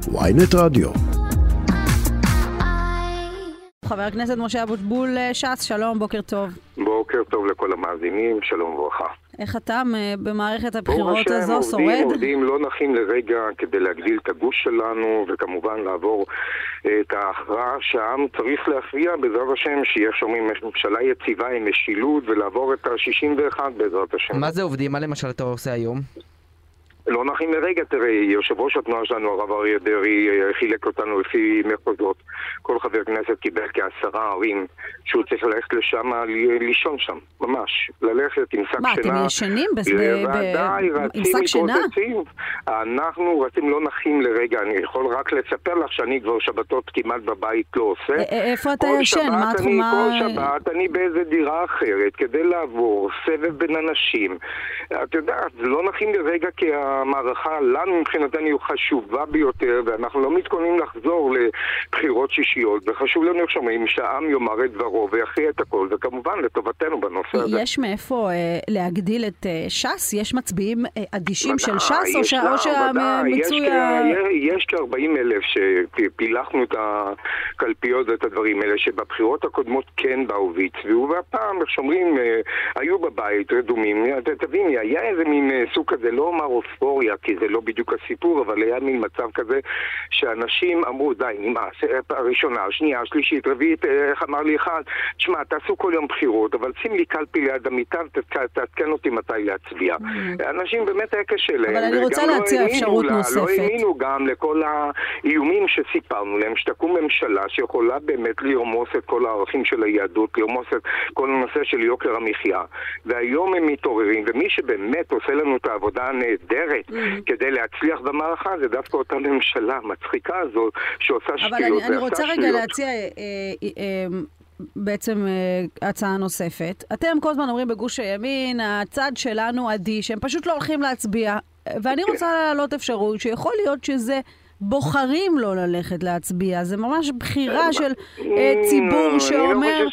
ynet רדיו. חבר הכנסת משה אבוטבול ש"ס, שלום, בוקר טוב. בוקר טוב לכל המאזינים, שלום וברכה. איך אתה במערכת הבחירות הזו שורד? עובדים לא נחים לרגע כדי להגדיל את הגוש שלנו, וכמובן לעבור את ההכרעה שהעם צריך להכריע בעזרת השם, שיש אומרים ממשלה יציבה עם משילות, ולעבור את ה-61 בעזרת השם. מה זה עובדים? מה למשל אתה עושה היום? לא נחים לרגע, תראה, יושב ראש התנועה שלנו, הרב אריה דרעי, חילק אותנו לפי מחוזות. כל חבר כנסת קיבל כ10 ערים שהוא צריך ללכת לשם, לישון שם, ממש. ללכת עם שק שינה. מה, אתם ישנים עם שק שינה? אנחנו רצים לא נחים לרגע, אני יכול רק לספר לך שאני כבר שבתות כמעט בבית לא עושה. איפה אתה ישן? מה התחומה? כל שבת אני באיזה דירה אחרת כדי לעבור סבב בין אנשים. אתה יודע, זה לא נחים לרגע כי המערכה לנו מבחינתנו חשובה ביותר, ואנחנו לא מתכוננים לחזור לבחירות שישיות, וחשוב לנו שומעים שהעם יאמר את דברו ויכריע את הכל, וכמובן לטובתנו בנושא הזה. יש מאיפה להגדיל את ש"ס? יש מצביעים אדישים של ש"ס, או שהמצוי... יש כ-40,000 שפילחנו את הקלפיות ואת הדברים האלה, שבבחירות הקודמות כן באו והצביעו, והפעם, שומרים, היו בבית רדומים. תביני, היה איזה מין סוג כזה, לא אומר אופוריה, כי זה לא בדיוק הסיפור, אבל היה מין מצב כזה שאנשים אמרו, די, נמאס, הראשונה, השנייה, השלישית, רביעית, איך אמר לי אחד, תשמע, תעשו כל יום בחירות, אבל שים לי קלפי ליד המיטב, תעדכן אותי מתי להצביע. אנשים באמת היה קשה להם. אבל אני רוצה להציע אפשרות נוספת. לא האמינו גם לכל האיומים שסיפרנו להם, שתקום ממשלה שיכולה באמת לרמוס את כל הערכים של היהדות, לרמוס את כל הנושא של יוקר המחיה. והיום הם מתעוררים, ומי שבאמת עושה לנו את העבודה הנהדרת כדי להצליח במערכה, זה דווקא אותה ממשלה המצחיקה הזאת שעושה שטויות. אבל אני רוצה רגע להציע בעצם הצעה נוספת. אתם כל הזמן אומרים בגוש הימין, הצד שלנו אדיש, הם פשוט לא הולכים להצביע. ואני רוצה להעלות אפשרות שיכול להיות שזה בוחרים לא ללכת להצביע. זה ממש בחירה של ציבור שאומר,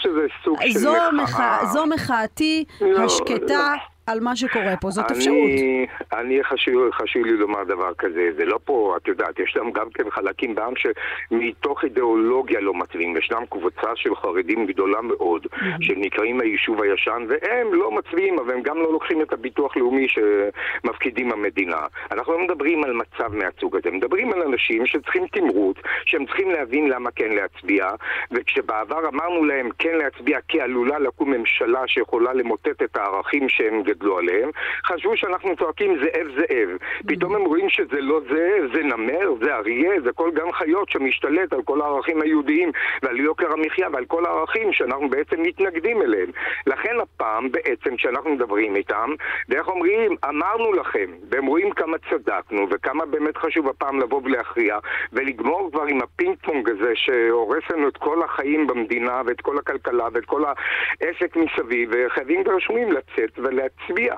זו מחאתי השקטה על מה שקורה פה, זאת אפשרות. אני חשוב לי לומר דבר כזה, זה לא פה, את יודעת, יש להם גם כן חלקים בעם שמתוך אידיאולוגיה לא מצביעים, ישנם קבוצה של חרדים גדולה מאוד, שנקראים היישוב הישן, והם לא מצביעים, אבל הם גם לא לוקחים את הביטוח לאומי שמפקידים המדינה. אנחנו לא מדברים על מצב מהצוג הזה, מדברים על אנשים שצריכים תמרוץ, שהם צריכים להבין למה כן להצביע, וכשבעבר אמרנו להם כן להצביע כי עלולה לקום ממשלה שיכולה למוטט את הערכים שהם גדלו עליהם, חשבו שאנחנו צועקים זאב זאב. פתאום הם רואים שזה לא זאב, זה נמר, זה אריה, זה כל גן חיות שמשתלט על כל הערכים היהודיים ועל יוקר המחיה ועל כל הערכים שאנחנו בעצם מתנגדים אליהם. לכן הפעם בעצם כשאנחנו מדברים איתם, ואיך אומרים, אמרנו לכם, והם רואים כמה צדקנו וכמה באמת חשוב הפעם לבוא ולהכריע ולגמור כבר עם הפינג פונג הזה שהורס לנו את כל החיים במדינה ואת כל הכלכלה ואת כל העסק מסביב, וחייבים ברשומים לצאת ולהצביע.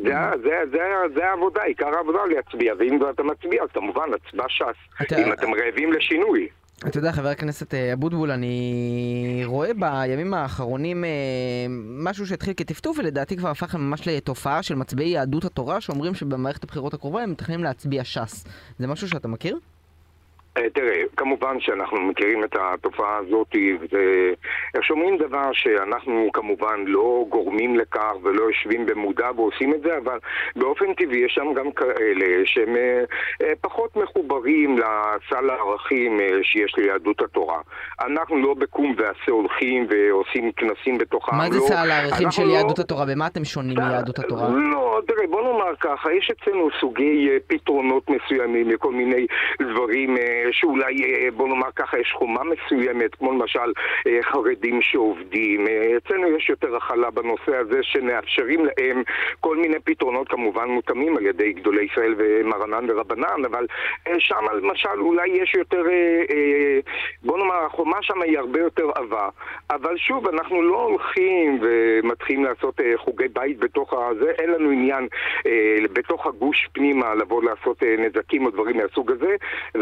זה העבודה, עיקר העבודה להצביע, ואם אתה מצביע, אז כמובן הצבע ש"ס, אם אתם רעבים לשינוי. אתה יודע, חבר הכנסת אבוטבול, אני רואה בימים האחרונים משהו שהתחיל כטפטוף, ולדעתי כבר הפך ממש לתופעה של מצביעי יהדות התורה, שאומרים שבמערכת הבחירות הקרובה הם מתכננים להצביע ש"ס. זה משהו שאתה מכיר? תראה, כמובן שאנחנו מכירים את התופעה הזאת, איך שאומרים דבר שאנחנו כמובן לא גורמים לכך ולא יושבים במודע ועושים את זה, אבל באופן טבעי יש שם גם כאלה שהם פחות מחוברים לסל הערכים שיש ליהדות התורה. אנחנו לא בקום ועשה הולכים ועושים כנסים בתוכם. מה זה סל הערכים של יהדות התורה? במה אתם שונים מיהדות התורה? לא, תראה, בוא נאמר ככה, יש אצלנו סוגי פתרונות מסוימים לכל מיני דברים שאולי, בוא נאמר ככה, יש חומה מסוימת, כמו למשל חרדים שעובדים. אצלנו יש יותר החלה בנושא הזה שנאפשרים להם כל מיני פתרונות כמובן מותאמים על ידי גדולי ישראל ומרנן ורבנן, אבל שם למשל אולי יש יותר, בוא נאמר, החומה שם היא הרבה יותר עבה. אבל שוב, אנחנו לא הולכים ומתחילים לעשות חוגי בית בתוך הזה, אין לנו עניין בתוך הגוש פנימה לבוא לעשות נזקים או דברים מהסוג הזה, ואנחנו גם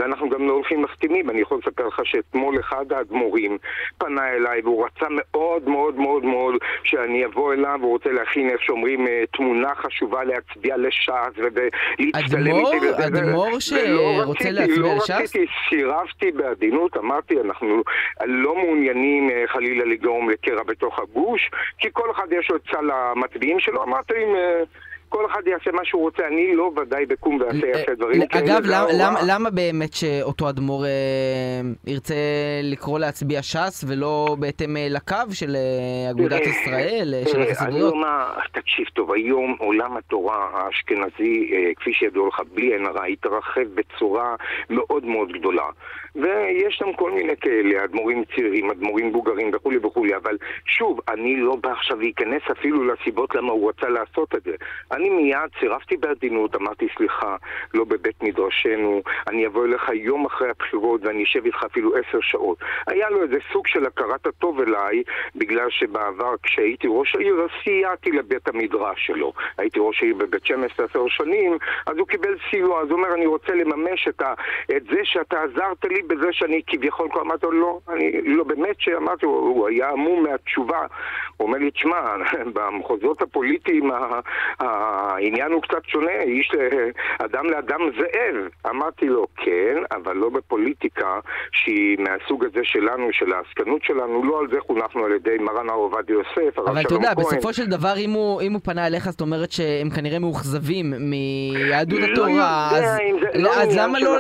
לא הולכים מסכימים. אני יכול לספר לך שאתמול אחד האדמו"רים פנה אליי, והוא רצה מאוד מאוד מאוד מאוד שאני אבוא אליו, והוא רוצה להכין, איך שאומרים, תמונה חשובה להצביע לש"ס ולהצטלם איתי. אדמו"ר שרוצה להצביע לש"ס? לא רציתי, סירבתי בעדינות, אמרתי, אנחנו לא מעוניינים חלילה לגרום לקרע בתוך הגוש, כי כל אחד יש לו את סל המצביעים שלו. אמרתי, כל אחד יעשה מה שהוא רוצה, אני לא ודאי בקום ועשה דברים כאלה. אגב, למה באמת שאותו אדמו"ר ירצה לקרוא להצביע ש"ס ולא בהתאם לקו של אגודת ישראל, של החסידויות? תקשיב טוב, היום עולם התורה האשכנזי, כפי שידעו לך, בלי עין הרע, התרחב בצורה מאוד מאוד גדולה. ויש שם כל מיני כאלה, אדמו"רים צעירים, אדמו"רים בוגרים וכו' וכו', אבל שוב, אני לא בא עכשיו להיכנס אפילו לסיבות למה הוא רצה לעשות את זה. אני מיד צירפתי בעדינות, אמרתי סליחה, לא בבית מדרשנו, אני אבוא אליך יום אחרי הבחירות ואני אשב איתך אפילו 10 שעות. היה לו איזה סוג של הכרת הטוב אליי, בגלל שבעבר כשהייתי ראש העיר, סייעתי לבית המדרש שלו. הייתי ראש העיר בבית שמש 10 שנים, אז הוא קיבל סיוע, אז הוא אומר, אני רוצה לממש את זה שאתה עזרת לי בזה שאני כביכול כבר אמרתי לו, לא, אני לא באמת שאמרתי, הוא היה עמום מהתשובה. הוא אומר לי, תשמע, במחוזות הפוליטיים העניין הוא קצת שונה, אדם לאדם זאב. אמרתי לו, כן, אבל לא בפוליטיקה שהיא מהסוג הזה שלנו, של העסקנות שלנו, לא על זה חונכנו על ידי מרן הרב עובדיה יוסף. אבל אתה יודע, בסופו של דבר, אם הוא פנה אליך, זאת אומרת שהם כנראה מאוכזבים מיהדות התורה, אז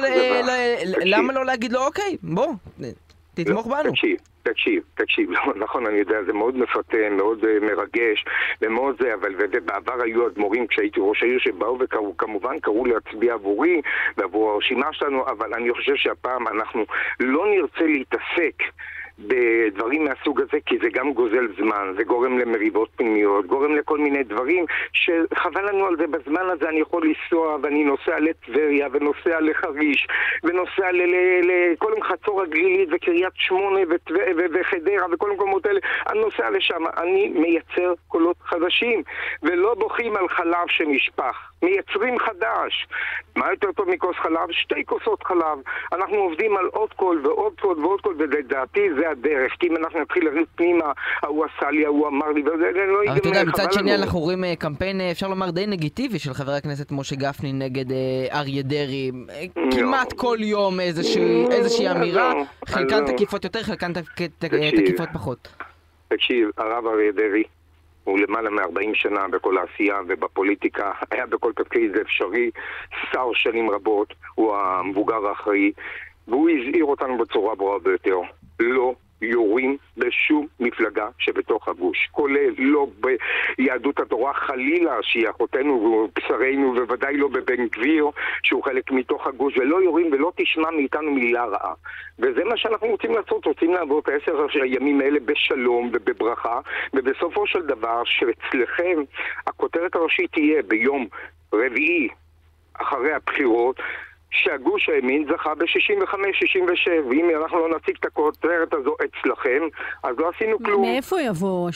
למה לא להגיד לו, אוקיי, בוא, תתמוך בנו. תקשיב, נכון, אני יודע, זה מאוד מפתה, מאוד מרגש, ומאוד זה, אבל בעבר היו אדמו"רים כשהייתי ראש העיר שבאו וכמובן קראו להצביע עבורי ועבור הרשימה שלנו, אבל אני חושב שהפעם אנחנו לא נרצה להתעסק בדברים מהסוג הזה, כי זה גם גוזל זמן, זה גורם למריבות פנימיות, גורם לכל מיני דברים שחבל לנו על זה. בזמן הזה אני יכול לנסוע, ואני נוסע לטבריה ונוסע לחריש ונוסע לכל חצור הגלילית וקריית שמונה וחדרה וכל מקומות האלה, אני נוסע לשם, אני מייצר קולות חדשים ולא בוכים על חלב שנשפך, מייצרים חדש. מה יותר טוב מכוס חלב? 2 כוסות חלב. אנחנו עובדים על עוד קול ועוד קול ועוד קול, ולדעתי זה הדרך, כי אם אנחנו נתחיל לריב פנימה, הוא עשה לי, הוא אמר לי, וזה לא ייגמר. אבל אתה יודע, מצד שני אנחנו רואים קמפיין, אפשר לומר די נגיטיבי, של חבר הכנסת משה גפני נגד אריה דרעי. כמעט כל יום איזושהי אמירה, חלקן תקיפות יותר, חלקן תקיפות פחות. תקשיב, הרב אריה דרעי הוא למעלה מ-40 שנה בכל העשייה ובפוליטיקה, היה בכל תפקיד אפשרי, שר שנים רבות, הוא המבוגר האחראי, והוא הזהיר אותנו בצורה ברורה ביותר. לא יורים בשום מפלגה שבתוך הגוש, כולל לא ביהדות התורה חלילה שהיא אחותנו ובשרנו, ובוודאי לא בבן גביר שהוא חלק מתוך הגוש, ולא יורים ולא תשמע מאיתנו מילה רעה. וזה מה שאנחנו רוצים לעשות, רוצים לעבור את 10 הימים האלה בשלום ובברכה, ובסופו של דבר שאצלכם הכותרת הראשית תהיה ביום רביעי אחרי הבחירות, שהגוש הימין זכה ב-65-67, ואם אנחנו לא נציג את הכותרת הזו אצלכם, אז לא עשינו כלום. מאיפה יבוא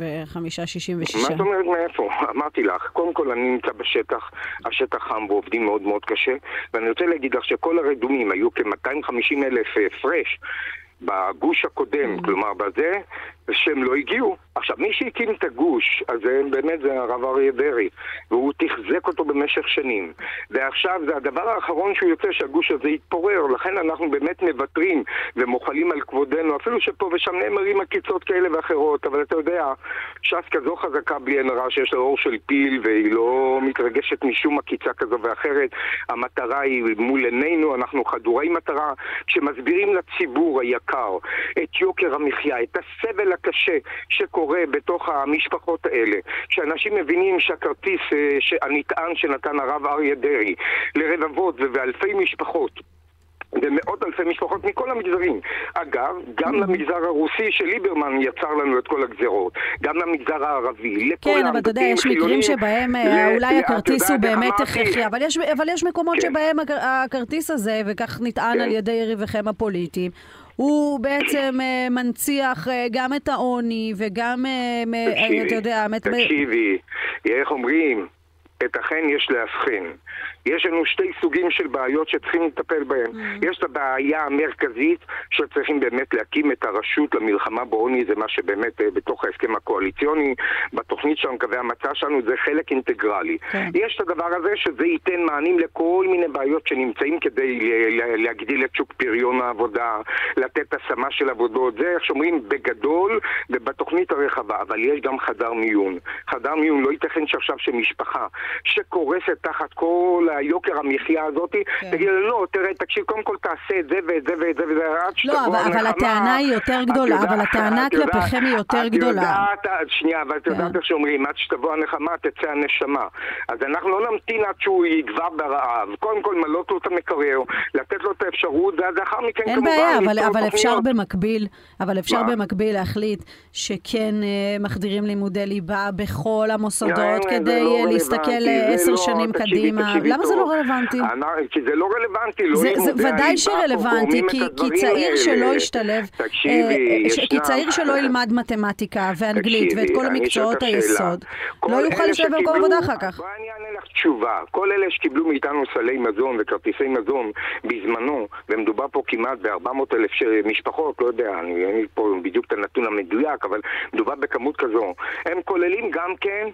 65-66? מה זאת אומרת מאיפה? אמרתי לך, קודם כל אני נמצא בשטח, השטח חם ועובדים מאוד מאוד קשה, ואני רוצה להגיד לך שכל הרדומים היו כ-250,000 הפרש בגוש הקודם, כלומר בזה, שהם לא הגיעו. עכשיו, מי שהקים את הגוש, אז באמת זה הרב אריה דרעי, והוא תחזק אותו במשך שנים. ועכשיו זה הדבר האחרון שהוא יוצא שהגוש הזה יתפורר, לכן אנחנו באמת מוותרים ומוחלים על כבודנו, אפילו שפה ושם נאמרים עקיצות כאלה ואחרות, אבל אתה יודע, ש"ס כזו חזקה בלי עין הרע שיש לה אור של פיל, והיא לא מתרגשת משום עקיצה כזו ואחרת. המטרה היא מול עינינו, אנחנו חדורי מטרה, כשמסבירים לציבור היקר את יוקר המחיה, את הסבל הקשה שקורה בתוך המשפחות האלה, שאנשים מבינים שהכרטיס הנטען שנתן הרב אריה דרעי לרבבות ובאלפי משפחות ומאות אלפי משפחות מכל המגזרים. אגב, גם למגזר הרוסי של ליברמן יצר לנו את כל הגזרות, גם למגזר הערבי, כן, אבל אתה יודע, יש מקרים שבהם אולי הכרטיס הוא באמת הכרחי, אבל יש מקומות שבהם הכרטיס הזה, וכך נטען על ידי יריביכם הפוליטיים, הוא בעצם מנציח גם את העוני וגם, אתה יודע... תקשיבי, איך אומרים? את אכן יש להבחין. יש לנו שתי סוגים של בעיות שצריכים לטפל בהן. יש את הבעיה המרכזית שצריכים באמת להקים את הרשות למלחמה בעוני, זה מה שבאמת בתוך ההסכם הקואליציוני, בתוכנית שלנו, קווי המצע שלנו, זה חלק אינטגרלי. יש את הדבר הזה שזה ייתן מענים לכל מיני בעיות שנמצאים כדי להגדיל את שוק פריון העבודה, לתת השמה של עבודות, זה איך שאומרים בגדול ובתוכנית הרחבה, אבל יש גם חדר מיון. חדר מיון לא ייתכן שעכשיו שמשפחה שקורסת תחת כל היוקר המחיה הזאת, תגיד לא, תראה, תקשיב, קודם כל תעשה את זה ואת זה ואת זה ואת זה, לא, אבל הטענה היא יותר גדולה, אבל הטענה כלפיכם היא יותר גדולה. שנייה, אבל את יודעת איך שאומרים, עד שתבוא הנחמה, תצא הנשמה. אז אנחנו לא נמתין עד שהוא יגבר ברעב. קודם כל מלות לו את המקרר, לתת לו את האפשרות, ואחר מכן כמובן... אין בעיה, אבל אפשר במקביל להחליט שכן מחדירים לימודי ליבה בכל המוסדות כדי להסתכל 10 שנים קדימה. למה זה לא רלוונטי? כי זה לא רלוונטי. זה ודאי שרלוונטי, כי צעיר שלא ישתלב, כי צעיר שלא ילמד מתמטיקה ואנגלית ואת כל המקצועות היסוד, לא יוכל לשלב במקום עבודה אחר כך. אני אענה לך תשובה. כל אלה שקיבלו מאיתנו סלי מזון וכרטיסי מזון בזמנו, ומדובר פה כמעט ב-400,000 משפחות, לא יודע, אין לי פה בדיוק את הנתון המדויק, אבל מדובר בכמות כזו. הם כוללים גם כן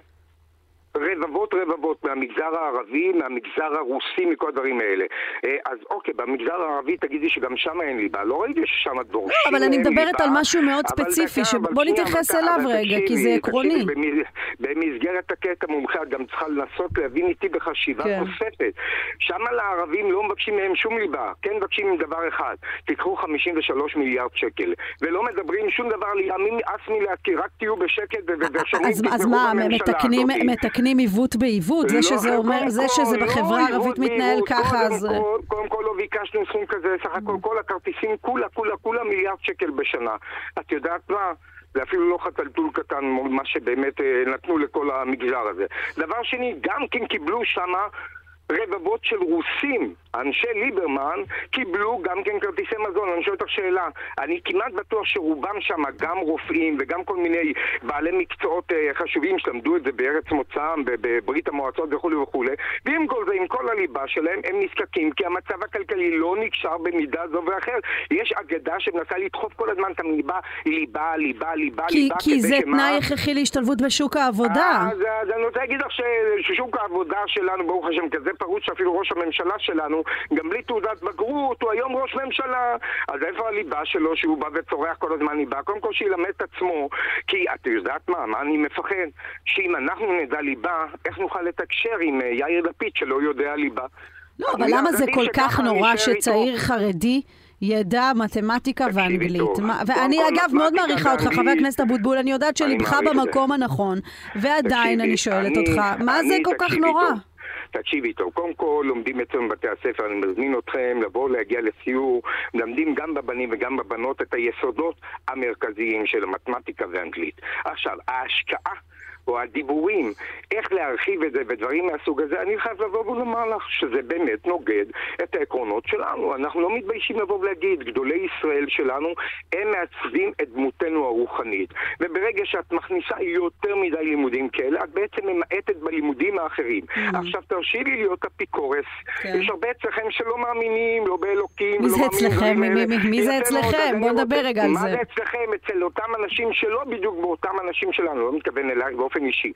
רבבות מהמגזר הערבי, מהמגזר הרוסי, מכל הדברים האלה. אז אוקיי, במגזר הערבי תגידי שגם שם אין ליבה. לא ראיתי ששם דורשים. לא, אבל אני מדברת על משהו מאוד ספציפי, בוא נתייחס אליו רגע, כי זה עקרוני. במסגרת הקטע מומחה גם צריכה לנסות להבין איתי בחשיבה נוספת. שם לערבים לא מבקשים מהם שום ליבה. כן מבקשים עם דבר אחד. תיקחו 53 מיליארד שקל. ולא מדברים שום דבר לימים עצמי להזכיר. רק תהיו בשקט ושומעים אז מה, מתקנים עיוות בעיוות? זה שזה אומר, זה שזה בחברה הערבית מתנהל ככה, אז... קודם כל לא ביקשנו סכום כזה, סך הכל כל הכרטיסים כולה מיליארד שקל בשנה. את יודעת מה? זה אפילו לא חתלתול קטן מה שבאמת נתנו לכל המגזר הזה. דבר שני, גם כן קיבלו שמה רבבות של רוסים, אנשי ליברמן, קיבלו גם כן כרטיסי מזון. אני שואל אותך שאלה, אני כמעט בטוח שרובם שם גם רופאים וגם כל מיני בעלי מקצועות חשובים שלמדו את זה בארץ מוצאם, בברית המועצות וכו', ועם כל זה, עם כל הליבה שלהם, הם נזקקים כי המצב הכלכלי לא נקשר במידה זו ואחר. יש אגדה שמנסה לדחוף כל הזמן את ליבה, כי זה תנאי הכרחי להשתלבות בשוק העבודה. אז אני רוצה להגיד לך ששוק העבודה שלנו, ברוך השם, כזה פרוץ שאפילו ראש הממשלה שלנו, גם בלי תעודת בגרות, הוא היום ראש ממשלה. אז איפה הליבה שלו שהוא בא וצורח כל הזמן ליבה? קודם כל שילמד את עצמו, כי את יודעת מה אני מפחד? שאם אנחנו נדע ליבה, איך נוכל לתקשר עם יאיר לפיד שלא יודע ליבה? לא, אבל למה זה כל כך נורא שצעיר חרדי ידע מתמטיקה ואנגלית? ואני אגב מאוד מעריכה אותך, חבר הכנסת אבוטבול, אני יודעת שלבך במקום הנכון, ועדיין אני שואלת אותך, מה זה כל כך נורא? תקשיבי טוב, קודם כל לומדים אצלנו בבתי הספר, אני מזמין אתכם לבוא להגיע לסיור, מלמדים גם בבנים וגם בבנות את היסודות המרכזיים של המתמטיקה ואנגלית. עכשיו, ההשקעה או הדיבורים, איך להרחיב את זה ודברים מהסוג הזה, אני חייב לבוא ולומר לך שזה באמת נוגד את העקרונות שלנו. אנחנו לא מתביישים לבוא ולהגיד, גדולי ישראל שלנו, הם מעצבים את דמותנו הרוחנית. וברגע שאת מכניסה יותר מדי לימודים כאלה, את בעצם ממעטת בלימודים האחרים. עכשיו תרשי לי להיות אפיקורס. יש הרבה אצלכם שלא מאמינים, לא באלוקים. מי זה אצלכם? מי זה אצלכם? בוא נדבר רגע על זה. מה זה אצלכם? אצל אותם אנשים שלא בדיוק באותם אנשים שלנו, לא מתכוון אלייך באופן אישי.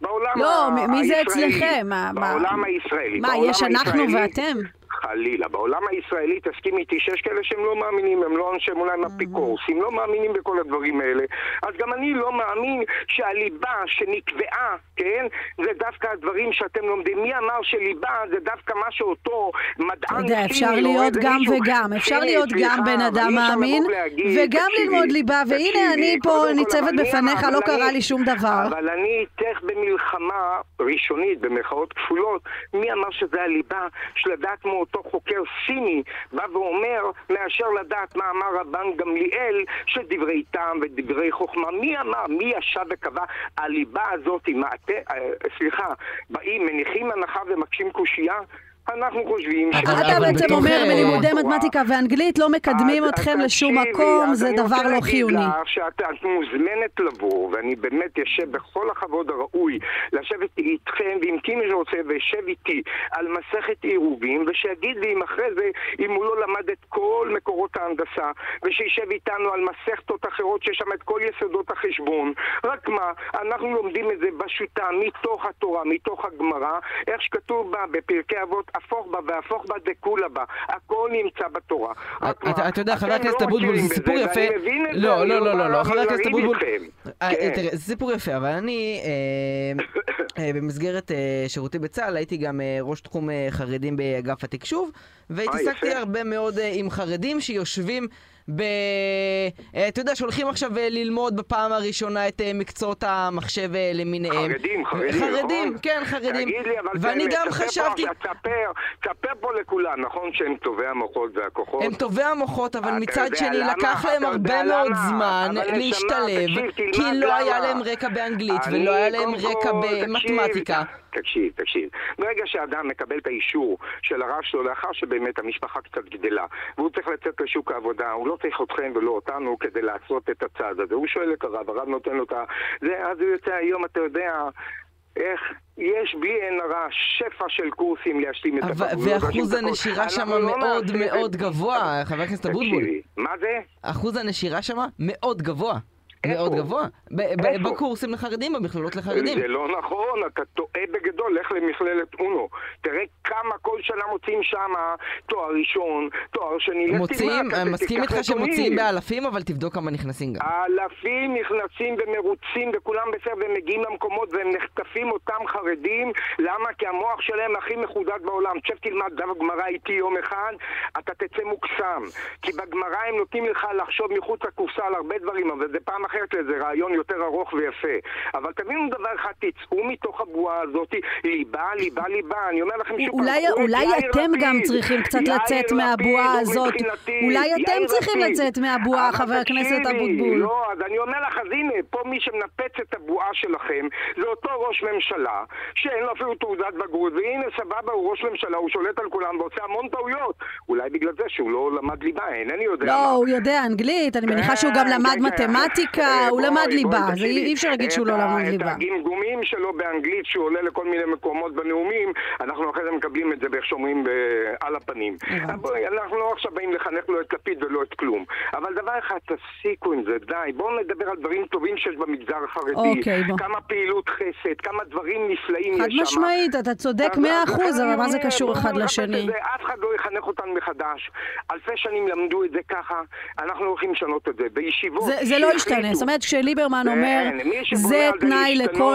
לא, מי זה אצלכם? בעולם הישראלי. מה, יש אנחנו ואתם? חלילה. בעולם הישראלי תסכים איתי שיש כאלה שהם לא מאמינים, הם לא אנשי אולי אפיקורסים, לא מאמינים בכל הדברים האלה. אז גם אני לא מאמין שהליבה שנקבעה, כן, זה דווקא הדברים שאתם לומדים. מי אמר שליבה זה דווקא מה שאותו מדען סיני, אפשר להיות גם וגם. אפשר להיות גם בן אדם מאמין וגם ללמוד ליבה, והנה אני פה ניצבת בפניך, לא קרה לי שום דבר. אבל אני איתך במלחמה ראשונית, במרכאות כפולות. מי אמר שזה הליבה? שלדעת אותו חוקר סיני בא ואומר, מאשר לדעת מה אמר רבן גמליאל, שדברי טעם ודברי חוכמה. מי אמר? מי ישב וקבע? הליבה הזאת, באים, מניחים הנחה ומקשים קושייה. אנחנו חושבים... אתה בעצם אומר, מלימודי מתמטיקה ואנגלית לא מקדמים אתכם לשום מקום, זה דבר לא חיוני. אני רוצה להגיד לך שאת מוזמנת לבוא, ואני באמת יושב בכל הכבוד הראוי, לשבת איתכם ועם מי שרוצה, וישב איתי על מסכת עירובים, ושיגיד לי אם אחרי זה, אם הוא לא למד את כל מקורות ההנדסה, ושישב איתנו על מסכתות אחרות שיש שם את כל יסודות החשבון. רק מה, אנחנו לומדים את זה בשוטה, מתוך התורה, מתוך הגמרא, איך שכתוב בה בפרקי אבות, הפוך בה והפוך בה דקולה בה. הכל נמצא בתורה. אתה יודע, חבר הכנסת אבוטבול, זה סיפור יפה. לא, חבר הכנסת אבוטבול, תראה, זה סיפור יפה, אבל אני במסגרת שירותי בצה"ל הייתי גם ראש תחום חרדים באגף התקשוב, והתעסקתי הרבה מאוד עם חרדים שיושבים אתה יודע, שהולכים עכשיו ללמוד בפעם הראשונה את מקצועות המחשב למיניהם. חרדים, כן, חרדים. ואני גם חשבתי... תספר פה לכולם, נכון שהם טובי המוחות והכוחות? הם טובי המוחות, אבל מצד שני לקח להם הרבה מאוד זמן להשתלב, כי לא היה להם רקע באנגלית ולא היה להם רקע במתמטיקה. תקשיב. ברגע שאדם מקבל את האישור של הרב שלו, לאחר שבאמת המשפחה קצת גדלה, והוא צריך לצאת לשוק העבודה, הוא לא צריך אתכם ולא אותנו כדי לעשות את הצעד הזה. הוא שואל את הרב נותן לו את זה, אז הוא יוצא היום, אתה יודע... איך יש בלי אין הרע שפע של קורסים להשלים את הבגרות. ואחוז הנשירה שם מאוד מאוד גבוה, חבר הכנסת אבוטבול. מה זה? אחוז הנשירה שם מאוד גבוה. מאוד גבוה. בקורסים לחרדים, במכללות לחרדים. זה לא נכון, אתה טועה בגדול, לך למכללת אונו. תראה כמה כל שנה מוצאים שם תואר ראשון, תואר שני. מוצאים, מסכים איתך שמוצאים באלפים, אבל תבדוק כמה נכנסים גם. אלפים נכנסים ומרוצים וכולם בסדר ומגיעים למקומות והם נחטפים אותם חרדים. למה? כי המוח שלהם הכי מחודד בעולם. תשב תלמד דף גמרא איתי יום אחד, אתה תצא מוקסם. כי בגמרא הם נותנים לך לחשוב מחוץ לקופסה על הרבה דברים, אבל זה פעם אחרת לזה רעיון יותר ארוך ויפה. אבל תבינו דבר אחד, תצאו מתוך הבועה הזאת, ליבה, אני אומר לכם שוב... אולי אתם גם צריכים קצת לצאת מהבועה הזאת. אולי אתם צריכים לצאת מהבועה, חבר הכנסת אבוטבול. לא, אז אני אומר לך, אז הנה, פה מי שמנפץ את הבועה שלכם, זה אותו ראש ממשלה, שאין לו אפילו תעודת בגרות, והנה סבבה, הוא ראש ממשלה, הוא שולט על כולם ועושה המון טעויות. אולי בגלל זה שהוא לא למד ליבה, אינני יודע. לא, הוא יודע אנגלית, אני מניחה שהוא גם למד מתמטיקה, הוא למד ליבה, זה אי אפשר להגיד שהוא לא למד ליבה. את הגמגומים שלו באנגלית שהוא עולה לכל מיני מקומות בנאומים, אנחנו אחרי זה מקבלים את זה באיך שאומרים על הפנים. אנחנו לא עכשיו באים לחנך לו את לפיד ולא את כלום. אבל דבר אחד, תפסיקו עם זה, די. בואו נדבר על דברים טובים שיש במגזר החרדי. כמה פעילות חסד, כמה דברים נפלאים יש שם. חד משמעית, אתה צודק 100%, אבל מה זה קשור אחד לשני? אף אחד לא יחנך אותנו מחדש. אלפי שנים למדו את זה ככה, אנחנו הולכים לשנות את זה. בישיבות... זה לא ישתנה. זאת אומרת, כשליברמן אומר, זה תנאי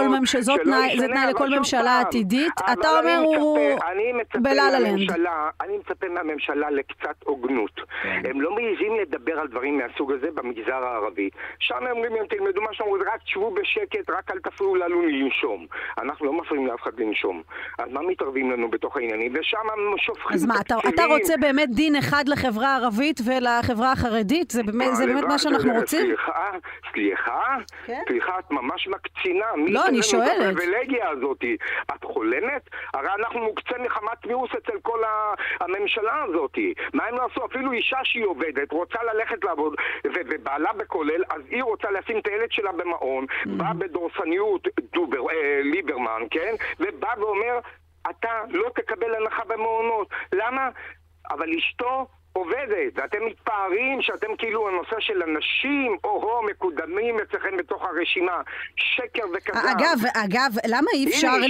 לכל ממשלה עתידית, אתה אומר הוא בלה-לה-לנד. אני מצפה מהממשלה לקצת הוגנות. הם לא מעיזים לדבר על דברים מהסוג הזה במגזר הערבי. שם הם אומרים, תלמדו מה שאומרים, רק תשבו בשקט, רק אל תפריעו לנו לנשום. אנחנו לא מפריעים לאף אחד לנשום. אז מה מתערבים לנו בתוך העניינים? ושם הם שופכים אז מה, אתה רוצה באמת דין אחד לחברה הערבית ולחברה החרדית? זה באמת מה שאנחנו רוצים? סליחה, את ממש מקצינה. לא, אני שואלת. מי הפריבילגיה הזאת? את חולמת? הרי אנחנו מוקצה מחמת מיאוס אצל כל הממשלה הזאת. מה הם לא עשו? אפילו אישה שהיא עובדת, רוצה ללכת לעבוד, ובעלה בכולל, אז היא רוצה לשים את הילד שלה במעון, בא בדורסניות ליברמן, כן? ובא ואומר, אתה לא תקבל הנחה במעונות. למה? אבל אשתו עובדת, ואתם מתפארים שאתם כאילו הנושא של אנשים או מקודמים אצלכם בתוך הרשימה. שקר וכזב. אגב, למה אי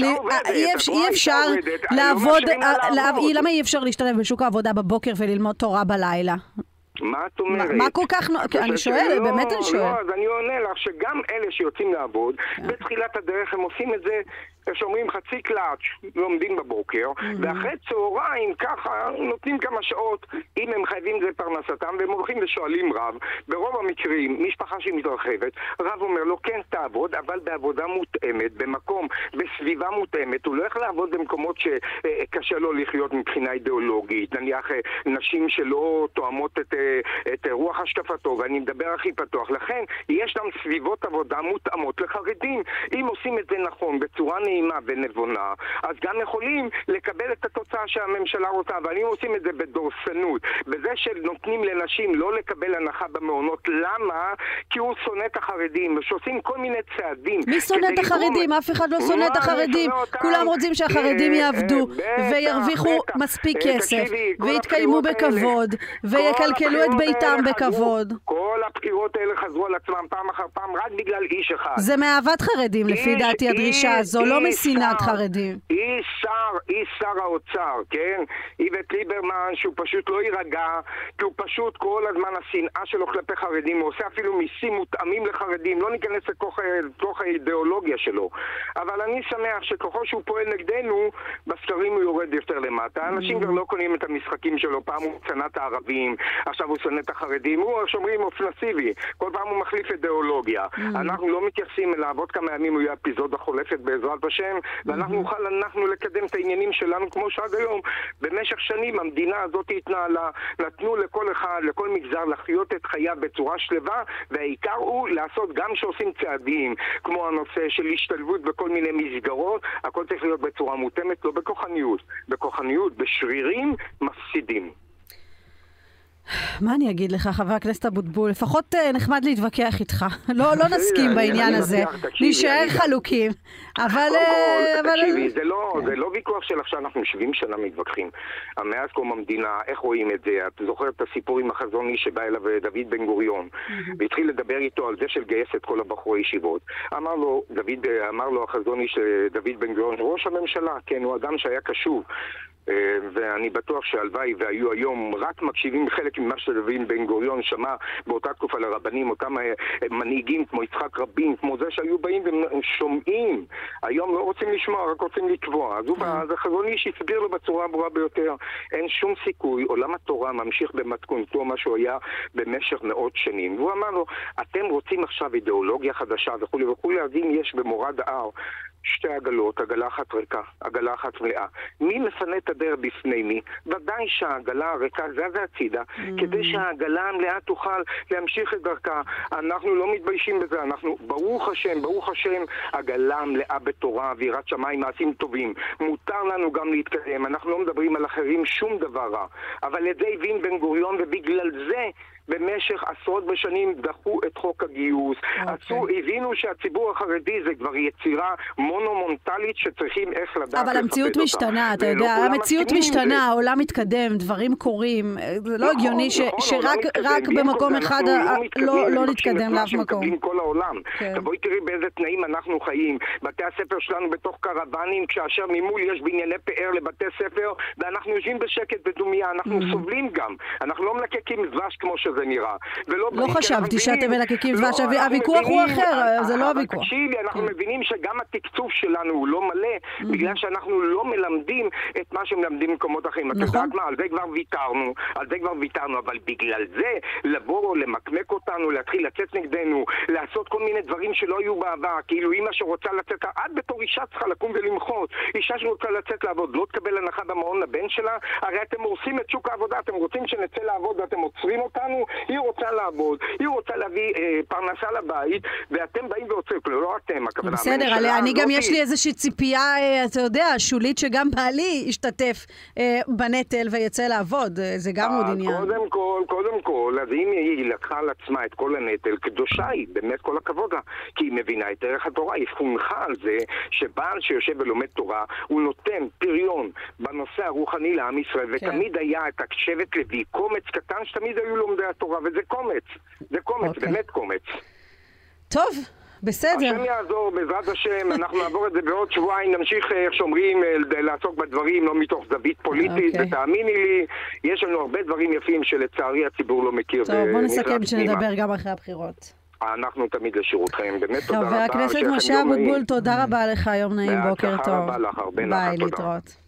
אפשר לעבוד, למה אי אפשר להשתלב בשוק העבודה בבוקר וללמוד תורה בלילה? מה את אומרת? מה כל כך... אני שואלת, באמת אני שואלת. לא, אז אני עונה לך שגם אלה שיוצאים לעבוד, בתחילת הדרך הם עושים את זה, שאומרים חצי קלאץ', לומדים בבוקר, ואחרי צהריים ככה נותנים כמה שעות, אם הם חייבים זה פרנסתם, והם הולכים ושואלים רב. ברוב המקרים, משפחה שהיא מתרחבת, רב אומר לו, כן תעבוד, אבל בעבודה מותאמת, במקום, בסביבה מותאמת, הוא לא יכול לעבוד במקומות שקשה לו לחיות מבחינה אידיאולוגית, נניח נשים שלא תואמות את רוח השקפתו, ואני מדבר הכי פתוח. לכן, יש להם סביבות עבודה מותאמות לחרדים. אם עושים את זה נכון, בצורה נעימה ונבונה, אז גם יכולים לקבל את התוצאה שהממשלה רוצה, אבל אם עושים את זה בדורסנות, בזה שנותנים לנשים לא לקבל הנחה במעונות, למה? כי הוא שונא את החרדים, שעושים כל מיני צעדים. מי שונא את החרדים? אף אחד לא שונא את החרדים. כולם רוצים שהחרדים יעבדו, וירוויחו מספיק כסף, ויתקיימו בכבוד, ויקלקלו את ביתם בכבוד. כל הבחירות האלה חזרו על עצמם פעם אחר פעם, רק בגלל איש אחד. זה מאהבת חרדים, לפי דעתי הדרישה הזו, לא משנאת חרדים. איש שר האוצר, כן? איווט ליברמן, שהוא פשוט לא יירגע, כי הוא פשוט כל הזמן השנאה שלו כלפי חרדים, הוא עושה אפילו מיסים מותאמים לחרדים, לא ניכנס לתוך האידיאולוגיה שלו. אבל אני שמח שככל שהוא פועל נגדנו, בסקרים הוא יורד יותר למטה. אנשים כבר לא קונים את המשחקים שלו, פעם הוא צנע את הערבים, עכשיו הוא שונא את החרדים, הוא שאומרים אופנסיבי, כל פעם הוא מחליף אידיאולוגיה. אנחנו לא מתייחסים אליו, עוד כמה ימים הוא יהיה אפיזודה חולפת בעזרת השם, ואנחנו נוכל לקדם את העניינים שלנו כמו שעד היום. במשך שנים המדינה הזאת התנהלה, נתנו לכל אחד, לכל מגזר לחיות את חייו בצורה שלווה, והעיקר הוא לעשות גם שעושים צעדים, כמו הנושא של השתלבות בכל מיני מסגרות, הכל צריך להיות בצורה מותאמת, לא בכוחניות. בכוחניות, בשרירים, מפסידים. מה אני אגיד לך, חבר הכנסת אבוטבול? לפחות נחמד להתווכח איתך. לא נסכים בעניין הזה. נשאר חלוקים. אבל... תקשיבי, זה לא ויכוח של עכשיו, אנחנו 70 שנה מתווכחים. מאז קום המדינה, איך רואים את זה? את זוכרת את הסיפור עם החזון איש שבא אליו דוד בן גוריון, והתחיל לדבר איתו על זה של גייס את כל הבחורי ישיבות. אמר לו החזון איש דוד בן גוריון, ראש הממשלה, כן, הוא אדם שהיה קשוב. ואני בטוח שהלוואי והיו היום רק מקשיבים חלק ממה שדוד בן גוריון שמע באותה תקופה לרבנים, אותם מנהיגים כמו יצחק רבין, כמו זה שהיו באים ושומעים. היום לא רוצים לשמוע, רק רוצים לקבוע. אז החזון איש הסביר לו בצורה הברורה ביותר, אין שום סיכוי, עולם התורה ממשיך במתכונתו מה שהוא היה במשך מאות שנים. והוא אמר לו, אתם רוצים עכשיו אידיאולוגיה חדשה וכולי וכולי, אז אם יש במורד ההר שתי עגלות, עגלה אחת ריקה, עגלה אחת מלאה. מי מפנה את הדרך בפני מי? ודאי שהעגלה הריקה זה הצידה, כדי שהעגלה המלאה תוכל להמשיך את דרכה. אנחנו לא מתביישים בזה, אנחנו, ברוך השם, עגלה מלאה בתורה, ויראת שמיים, מעשים טובים. מותר לנו גם להתקדם, אנחנו לא מדברים על אחרים שום דבר רע. אבל את זה הבין בן גוריון, ובגלל זה במשך עשרות בשנים דחו את חוק הגיוס. הבינו שהציבור החרדי זה כבר יצירה מונומנטלית שצריכים איך לדעת. אבל המציאות משתנה, אתה יודע, המציאות משתנה, העולם מתקדם, דברים קורים. זה לא הגיוני שרק במקום אחד לא נתקדם לאף מקום. כל העולם. תבואי תראי באיזה תנאים אנחנו חיים. בתי הספר שלנו בתוך קרוונים, כאשר ממול יש בנייני פאר לבתי ספר, ואנחנו יושבים בשקט בדומיה, אנחנו סובלים גם. אנחנו לא מלקקים דבש כמו זה נראה. לא חשבתי שאתם מלקקים דבש, הוויכוח הוא אחר, זה לא הוויכוח. תקשיבי, אנחנו מבינים שגם התקצוב שלנו הוא לא מלא, בגלל שאנחנו לא מלמדים את מה שמלמדים במקומות אחרים. את יודעת מה, על זה כבר ויתרנו, אבל בגלל זה לבוא, למקמק אותנו, להתחיל לצאת נגדנו, לעשות כל מיני דברים שלא היו בעבר, כאילו אמא שרוצה לצאת, את בתור אישה צריכה לקום ולמחות, אישה שרוצה לצאת לעבוד, לא תקבל הנחה במעון לבן שלה, הרי אתם הורסים את שוק העבודה, אתם רוצים שנצא לעבוד ואתם עוצרים אותנו, היא רוצה לעבוד, היא רוצה להביא פרנסה לבית, ואתם באים ועוצרים, לא אתם, הכוונה. בסדר, אני גם יש לי איזושהי ציפייה, אתה יודע, שולית שגם בעלי ישתתף בנטל ויצא לעבוד, זה גם עוד עניין. קודם כל, אז אם היא לקחה על עצמה את כל הנטל, קדושה היא, באמת כל הכבוד לה, כי היא מבינה את ערך התורה, היא חונכה על זה שבעל שיושב ולומד תורה, הוא נותן פריון בנושא הרוחני לעם ישראל, ותמיד היה את שבט לוי, קומץ קטן שתמיד היו לומדי התורה, וזה קומץ, באמת קומץ. טוב, בסדר. השם יעזור, בעזרת השם, אנחנו נעבור את זה בעוד שבועיים, נמשיך, איך שאומרים, לעסוק בדברים, לא מתוך זווית פוליטית, ותאמיני לי, יש לנו הרבה דברים יפים שלצערי הציבור לא מכיר. טוב, בוא נסכם שנדבר גם אחרי הבחירות. אנחנו תמיד לשירותכם, באמת תודה רבה. חבר הכנסת משה אבוטבול, תודה רבה לך, יום נעים, בוקר טוב. בהצלחה רבה לך, הרבה נחת, ביי, להתראות.